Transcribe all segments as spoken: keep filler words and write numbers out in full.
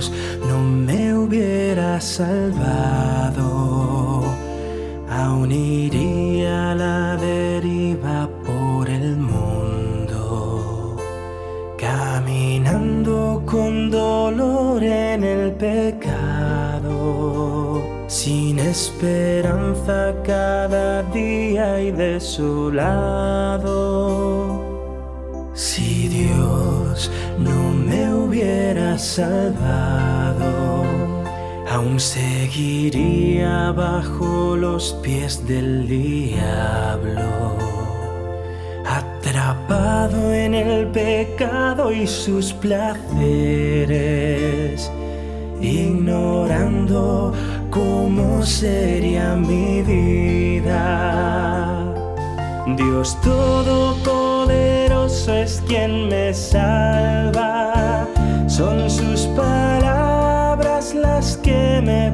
Dios no me hubiera salvado, aún iría a la deriva por el mundo, caminando con dolor en el pecado, sin esperanza cada día y desolado. Si Dios no me hubiera salvado, aún seguiría bajo los pies del diablo, atrapado en el pecado y sus placeres, ignorando cómo sería mi vida. Dios Todopoderoso es quien me salva, son sus palabras las que me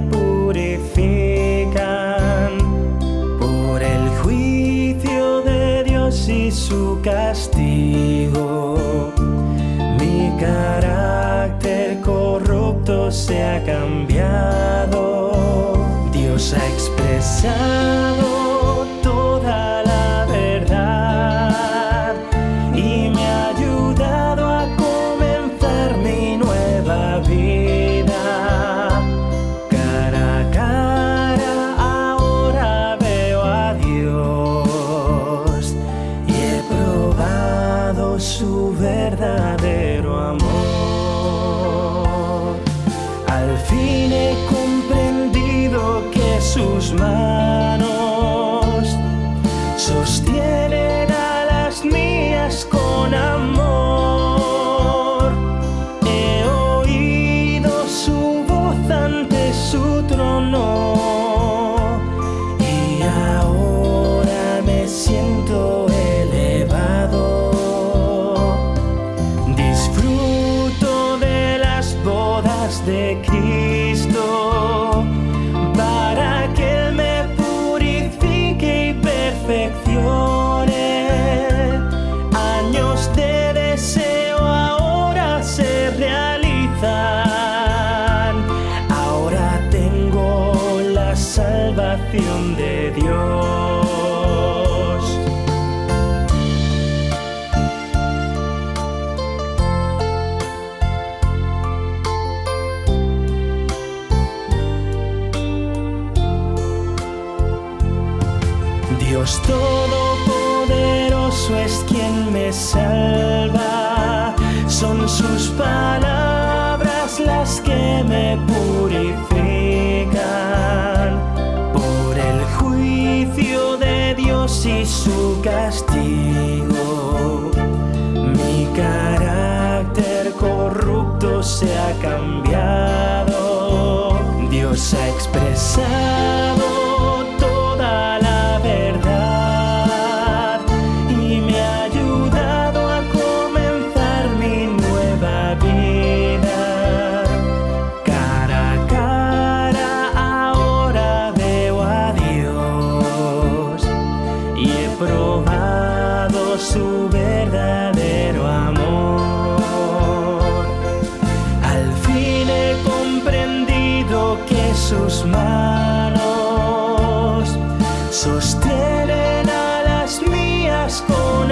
purifican. Por el juicio de Dios y su castigo, mi carácter corrupto se ha cambiado. Dios ha expresado toda la verdad y me ha ayudado a comenzar mi nueva vida. Cara a cara ahora veo a Dios y he probado su verdadero amor. Al fin he comprendido que sus manos sostienen a las mías con amor. He oído su voz ante su trono y ahora me siento elevado. Disfruto de las bodas de Cristo para que Él me purifique y perfeccione. Años de deseo ahora se realizan. Ahora tengo la salvación de Dios. Dios Todopoderoso es quien me salva, son sus palabras las que me purifican. Por el juicio de Dios y su castigo, mi carácter corrupto se ha cambiado. Dios ha expresado toda la verdad y me ha ayudado a comenzar mi nueva vida. Cara a cara ahora veo a Dios y he probado su verdadero amor. Al fin he comprendido que sus manos sostienen a las mías con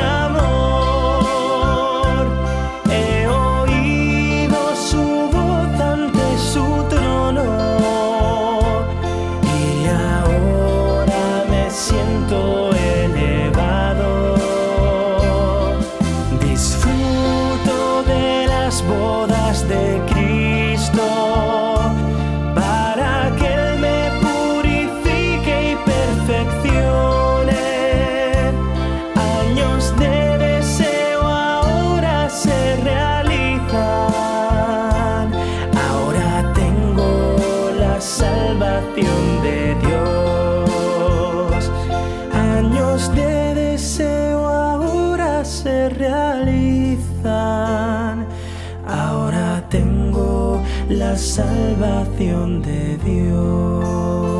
amor. He oído su voz ante su trono y ahora me siento elevado. Disfruto de las bodas de Cristo para que Él me purifique y perfeccione. Años de deseo ahora se realizan. Ahora tengo la salvación de Dios. Años de deseo ahora se realizan. Ahora tengo la salvación de Dios.